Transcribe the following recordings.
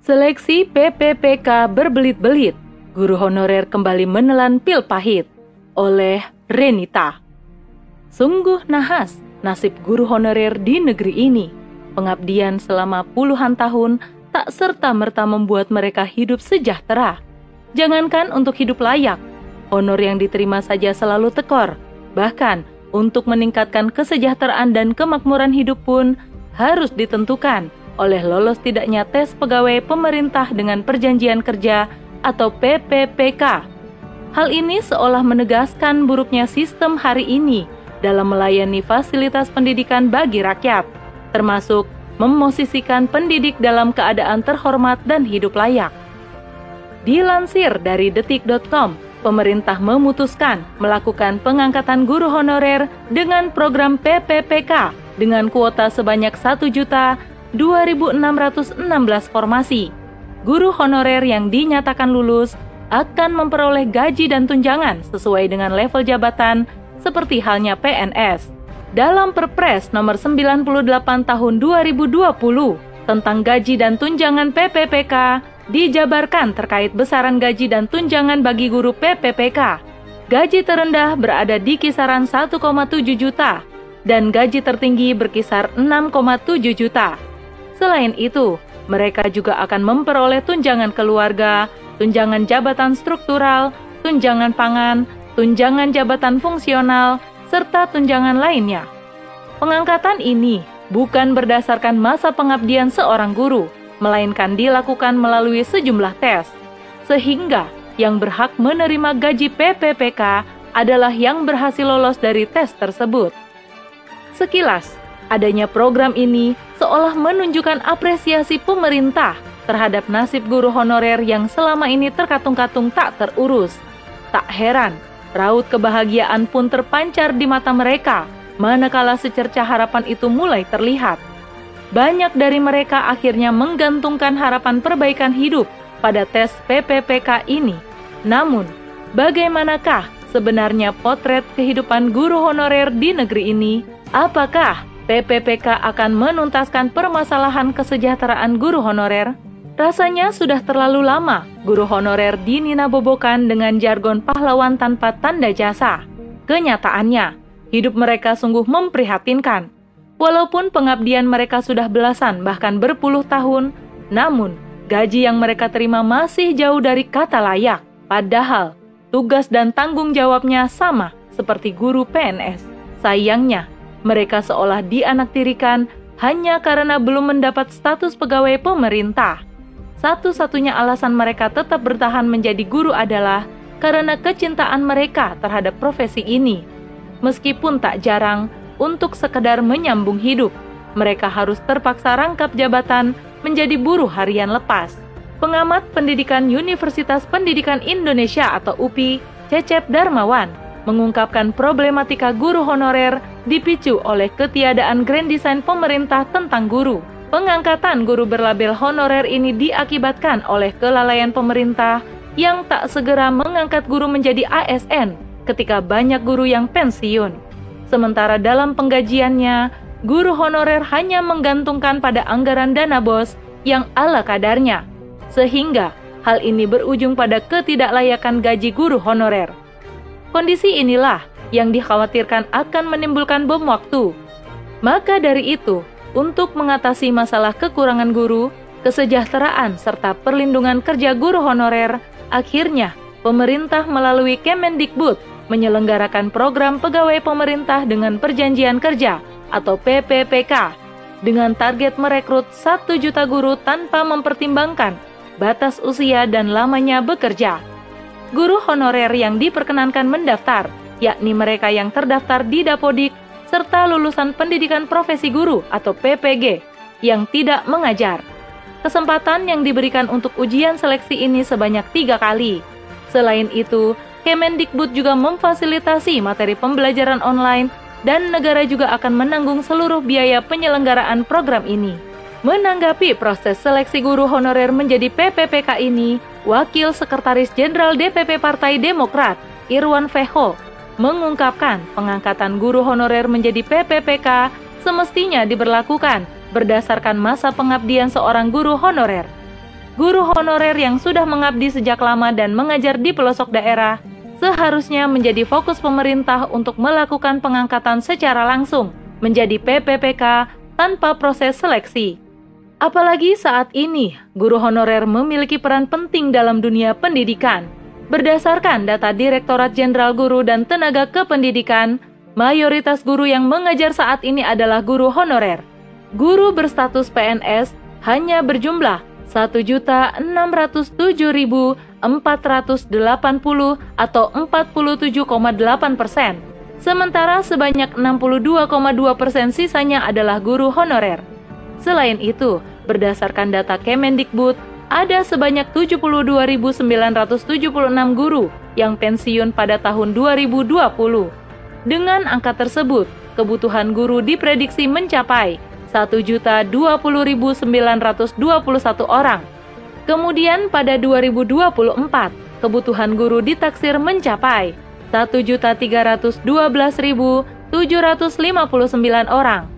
Seleksi PPPK berbelit-belit, guru honorer kembali menelan pil pahit, oleh Renita. Sungguh nahas nasib guru honorer di negeri ini. Pengabdian selama puluhan tahun tak serta-merta membuat mereka hidup sejahtera. Jangankan untuk hidup layak, honor yang diterima saja selalu tekor. Bahkan untuk meningkatkan kesejahteraan dan kemakmuran hidup pun harus ditentukan oleh lolos tidaknya tes pegawai pemerintah dengan perjanjian kerja atau PPPK. Hal ini seolah menegaskan buruknya sistem hari ini dalam melayani fasilitas pendidikan bagi rakyat, termasuk memosisikan pendidik dalam keadaan terhormat dan hidup layak. Dilansir dari detik.com, pemerintah memutuskan melakukan pengangkatan guru honorer dengan program PPPK dengan kuota sebanyak 1.2.616 formasi. Guru honorer yang dinyatakan lulus akan memperoleh gaji dan tunjangan sesuai dengan level jabatan seperti halnya PNS. Dalam Perpres nomor 98 tahun 2020 tentang gaji dan tunjangan PPPK dijabarkan terkait besaran gaji dan tunjangan bagi guru PPPK. Gaji terendah berada di kisaran 1,7 juta dan gaji tertinggi berkisar 6,7 juta. Selain itu, mereka juga akan memperoleh tunjangan keluarga, tunjangan jabatan struktural, tunjangan pangan, tunjangan jabatan fungsional, serta tunjangan lainnya. Pengangkatan ini bukan berdasarkan masa pengabdian seorang guru, melainkan dilakukan melalui sejumlah tes, sehingga yang berhak menerima gaji PPPK adalah yang berhasil lolos dari tes tersebut. Sekilas, adanya program ini seolah menunjukkan apresiasi pemerintah terhadap nasib guru honorer yang selama ini terkatung-katung tak terurus. Tak heran, raut kebahagiaan pun terpancar di mata mereka, manakala secercah harapan itu mulai terlihat. Banyak dari mereka akhirnya menggantungkan harapan perbaikan hidup pada tes PPPK ini. Namun, bagaimanakah sebenarnya potret kehidupan guru honorer di negeri ini? Apakah PPPK akan menuntaskan permasalahan kesejahteraan guru honorer? Rasanya sudah terlalu lama guru honorer dininabobokan dengan jargon pahlawan tanpa tanda jasa. Kenyataannya, hidup mereka sungguh memprihatinkan. Walaupun pengabdian mereka sudah belasan bahkan berpuluh tahun, namun gaji yang mereka terima masih jauh dari kata layak. Padahal tugas dan tanggung jawabnya sama seperti guru PNS. Sayangnya, mereka seolah dianaktirikan hanya karena belum mendapat status pegawai pemerintah. Satu-satunya alasan mereka tetap bertahan menjadi guru adalah karena kecintaan mereka terhadap profesi ini. Meskipun tak jarang, untuk sekedar menyambung hidup, mereka harus terpaksa rangkap jabatan menjadi buruh harian lepas. Pengamat pendidikan Universitas Pendidikan Indonesia atau UPI, Cecep Darmawan, mengungkapkan problematika guru honorer dipicu oleh ketiadaan grand design pemerintah tentang guru. Pengangkatan guru berlabel honorer ini diakibatkan oleh kelalaian pemerintah yang tak segera mengangkat guru menjadi ASN ketika banyak guru yang pensiun. Sementara dalam penggajiannya, guru honorer hanya menggantungkan pada anggaran dana BOS yang ala kadarnya, sehingga hal ini berujung pada ketidaklayakan gaji guru honorer. Kondisi inilah yang dikhawatirkan akan menimbulkan bom waktu. Maka dari itu, untuk mengatasi masalah kekurangan guru, kesejahteraan serta perlindungan kerja guru honorer, akhirnya pemerintah melalui Kemendikbud menyelenggarakan program pegawai pemerintah dengan perjanjian kerja atau PPPK dengan target merekrut 1 juta guru tanpa mempertimbangkan batas usia dan lamanya bekerja. Guru honorer yang diperkenankan mendaftar, yakni mereka yang terdaftar di Dapodik, serta lulusan pendidikan profesi guru atau PPG yang tidak mengajar. Kesempatan yang diberikan untuk ujian seleksi ini sebanyak 3 kali. Selain itu, Kemendikbud juga memfasilitasi materi pembelajaran online dan negara juga akan menanggung seluruh biaya penyelenggaraan program ini. Menanggapi proses seleksi guru honorer menjadi PPPK ini, Wakil Sekretaris Jenderal DPP Partai Demokrat, Irwan Feho, mengungkapkan pengangkatan guru honorer menjadi PPPK semestinya diberlakukan berdasarkan masa pengabdian seorang guru honorer. guru honorer yang sudah mengabdi sejak lama dan mengajar di pelosok daerah seharusnya menjadi fokus pemerintah untuk melakukan pengangkatan secara langsung menjadi PPPK tanpa proses seleksi. Apalagi saat ini, guru honorer memiliki peran penting dalam dunia pendidikan. Berdasarkan data Direktorat Jenderal Guru dan Tenaga Kependidikan, mayoritas guru yang mengajar saat ini adalah guru honorer. Guru berstatus PNS hanya berjumlah 1.607.480 atau 47,8%. Sementara sebanyak 62,2% sisanya adalah guru honorer. Selain itu, berdasarkan data Kemendikbud, ada sebanyak 72.976 guru yang pensiun pada tahun 2020. Dengan angka tersebut, kebutuhan guru diprediksi mencapai 1.020.921 orang. Kemudian pada 2024, kebutuhan guru ditaksir mencapai 1.312.759 orang.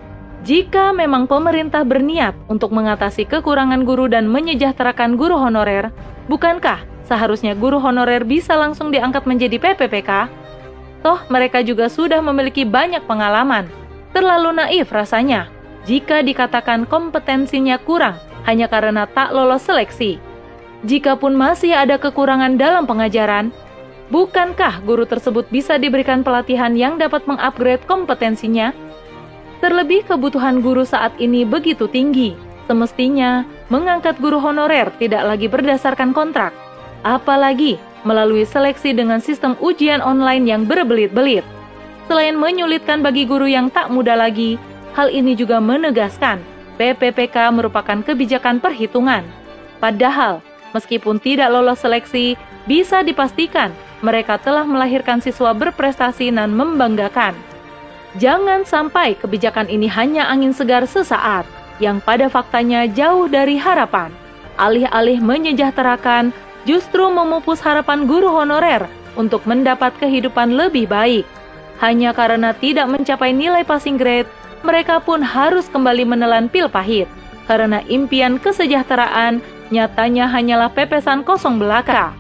Jika memang pemerintah berniat untuk mengatasi kekurangan guru dan menyejahterakan guru honorer, bukankah seharusnya guru honorer bisa langsung diangkat menjadi PPPK? Toh mereka juga sudah memiliki banyak pengalaman. Terlalu naif rasanya jika dikatakan kompetensinya kurang hanya karena tak lolos seleksi. Jikapun masih ada kekurangan dalam pengajaran, bukankah guru tersebut bisa diberikan pelatihan yang dapat mengupgrade kompetensinya? Terlebih kebutuhan guru saat ini begitu tinggi, semestinya mengangkat guru honorer tidak lagi berdasarkan kontrak, apalagi melalui seleksi dengan sistem ujian online yang berbelit-belit. Selain menyulitkan bagi guru yang tak muda lagi, hal ini juga menegaskan PPPK merupakan kebijakan perhitungan. Padahal, meskipun tidak lolos seleksi, bisa dipastikan mereka telah melahirkan siswa berprestasi dan membanggakan. Jangan sampai kebijakan ini hanya angin segar sesaat, yang pada faktanya jauh dari harapan. Alih-alih menyejahterakan, justru memupus harapan guru honorer untuk mendapat kehidupan lebih baik. Hanya karena tidak mencapai nilai passing grade, mereka pun harus kembali menelan pil pahit. Karena impian kesejahteraan nyatanya hanyalah pepesan kosong belaka.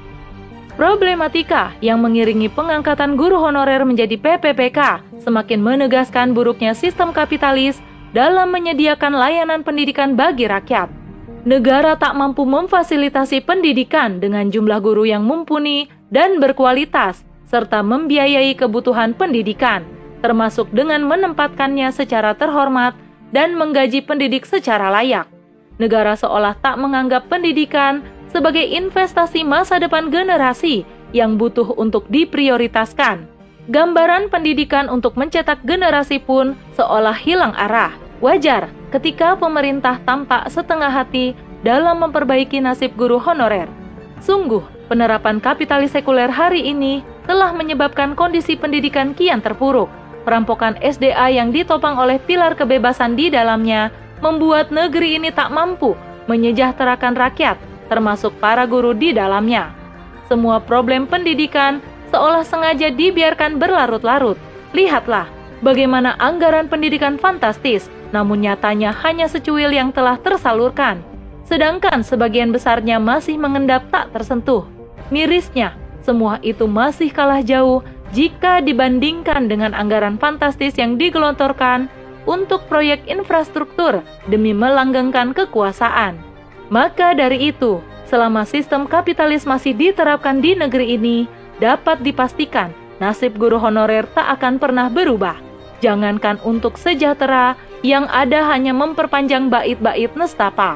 Problematika yang mengiringi pengangkatan guru honorer menjadi PPPK semakin menegaskan buruknya sistem kapitalis dalam menyediakan layanan pendidikan bagi rakyat. Negara tak mampu memfasilitasi pendidikan dengan jumlah guru yang mumpuni dan berkualitas, serta membiayai kebutuhan pendidikan, termasuk dengan menempatkannya secara terhormat dan menggaji pendidik secara layak. Negara seolah tak menganggap pendidikan sebagai investasi masa depan generasi yang butuh untuk diprioritaskan. Gambaran pendidikan untuk mencetak generasi pun seolah hilang arah. Wajar ketika pemerintah tampak setengah hati dalam memperbaiki nasib guru honorer. Sungguh, penerapan kapitalis sekuler hari ini telah menyebabkan kondisi pendidikan kian terpuruk. Perampokan SDA yang ditopang oleh pilar kebebasan di dalamnya membuat negeri ini tak mampu menyejahterakan rakyat, termasuk para guru di dalamnya. Semua problem pendidikan seolah sengaja dibiarkan berlarut-larut. Lihatlah bagaimana anggaran pendidikan fantastis, namun nyatanya hanya secuil yang telah tersalurkan, sedangkan sebagian besarnya masih mengendap tak tersentuh. Mirisnya, semua itu masih kalah jauh jika dibandingkan dengan anggaran fantastis yang digelontorkan untuk proyek infrastruktur demi melanggengkan kekuasaan. Maka dari itu, selama sistem kapitalis masih diterapkan di negeri ini, dapat dipastikan nasib guru honorer tak akan pernah berubah. Jangankan untuk sejahtera, yang ada hanya memperpanjang bait-bait nestapa.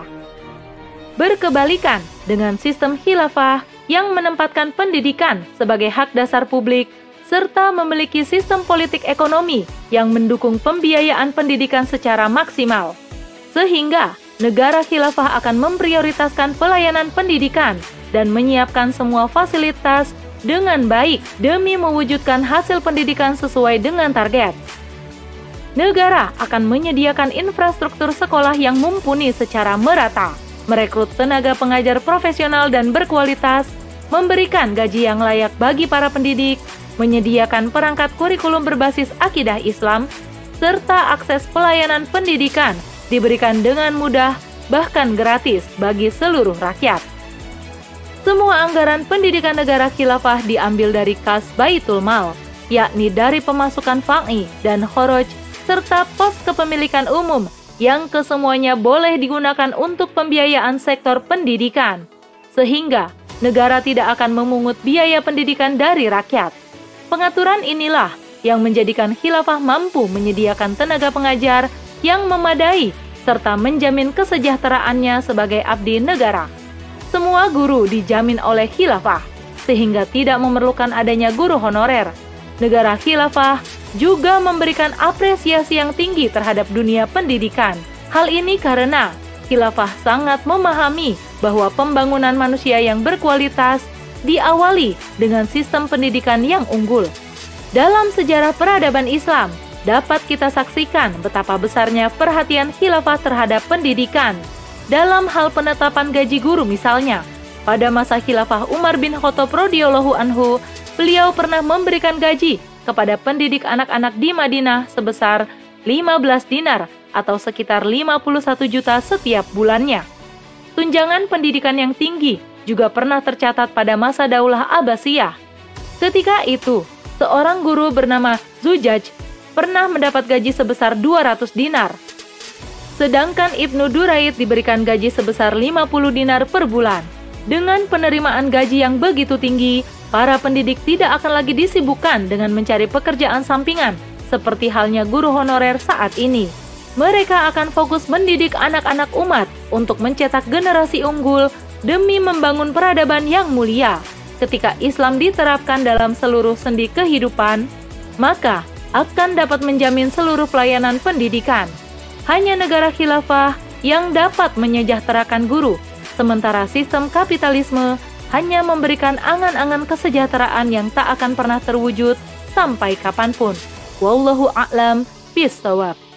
Berkebalikan dengan sistem khilafah yang menempatkan pendidikan sebagai hak dasar publik, serta memiliki sistem politik ekonomi yang mendukung pembiayaan pendidikan secara maksimal. Sehingga negara khilafah akan memprioritaskan pelayanan pendidikan dan menyiapkan semua fasilitas dengan baik demi mewujudkan hasil pendidikan sesuai dengan target. Negara akan menyediakan infrastruktur sekolah yang mumpuni secara merata, merekrut tenaga pengajar profesional dan berkualitas, memberikan gaji yang layak bagi para pendidik, menyediakan perangkat kurikulum berbasis akidah Islam, serta akses pelayanan pendidikan diberikan dengan mudah bahkan gratis bagi seluruh rakyat. Semua anggaran pendidikan negara khilafah diambil dari kas Baitul Mal, yakni dari pemasukan fa'i dan khoroj, serta pos kepemilikan umum yang kesemuanya boleh digunakan untuk pembiayaan sektor pendidikan, sehingga negara tidak akan memungut biaya pendidikan dari rakyat. Pengaturan inilah yang menjadikan khilafah mampu menyediakan tenaga pengajar yang memadai serta menjamin kesejahteraannya sebagai abdi negara. Semua guru dijamin oleh khilafah, sehingga tidak memerlukan adanya guru honorer. Negara khilafah juga memberikan apresiasi yang tinggi terhadap dunia pendidikan. Hal ini karena khilafah sangat memahami bahwa pembangunan manusia yang berkualitas diawali dengan sistem pendidikan yang unggul. Dalam sejarah peradaban Islam, dapat kita saksikan betapa besarnya perhatian khilafah terhadap pendidikan. Dalam hal penetapan gaji guru misalnya, pada masa khilafah Umar bin Khattab radhiyallahu anhu, beliau pernah memberikan gaji kepada pendidik anak-anak di Madinah sebesar 15 dinar atau sekitar 51 juta setiap bulannya. Tunjangan pendidikan yang tinggi juga pernah tercatat pada masa Daulah Abbasiyah. Ketika itu, seorang guru bernama Zujaj pernah mendapat gaji sebesar 200 dinar. Sedangkan Ibnu Duraid diberikan gaji sebesar 50 dinar per bulan. Dengan penerimaan gaji yang begitu tinggi, para pendidik tidak akan lagi disibukkan dengan mencari pekerjaan sampingan, seperti halnya guru honorer saat ini. Mereka akan fokus mendidik anak-anak umat untuk mencetak generasi unggul demi membangun peradaban yang mulia. Ketika Islam diterapkan dalam seluruh sendi kehidupan, maka akan dapat menjamin seluruh pelayanan pendidikan. Hanya negara khilafah yang dapat menyejahterakan guru, sementara sistem kapitalisme hanya memberikan angan-angan kesejahteraan yang tak akan pernah terwujud sampai kapanpun. Wallahu a'lam bishawab.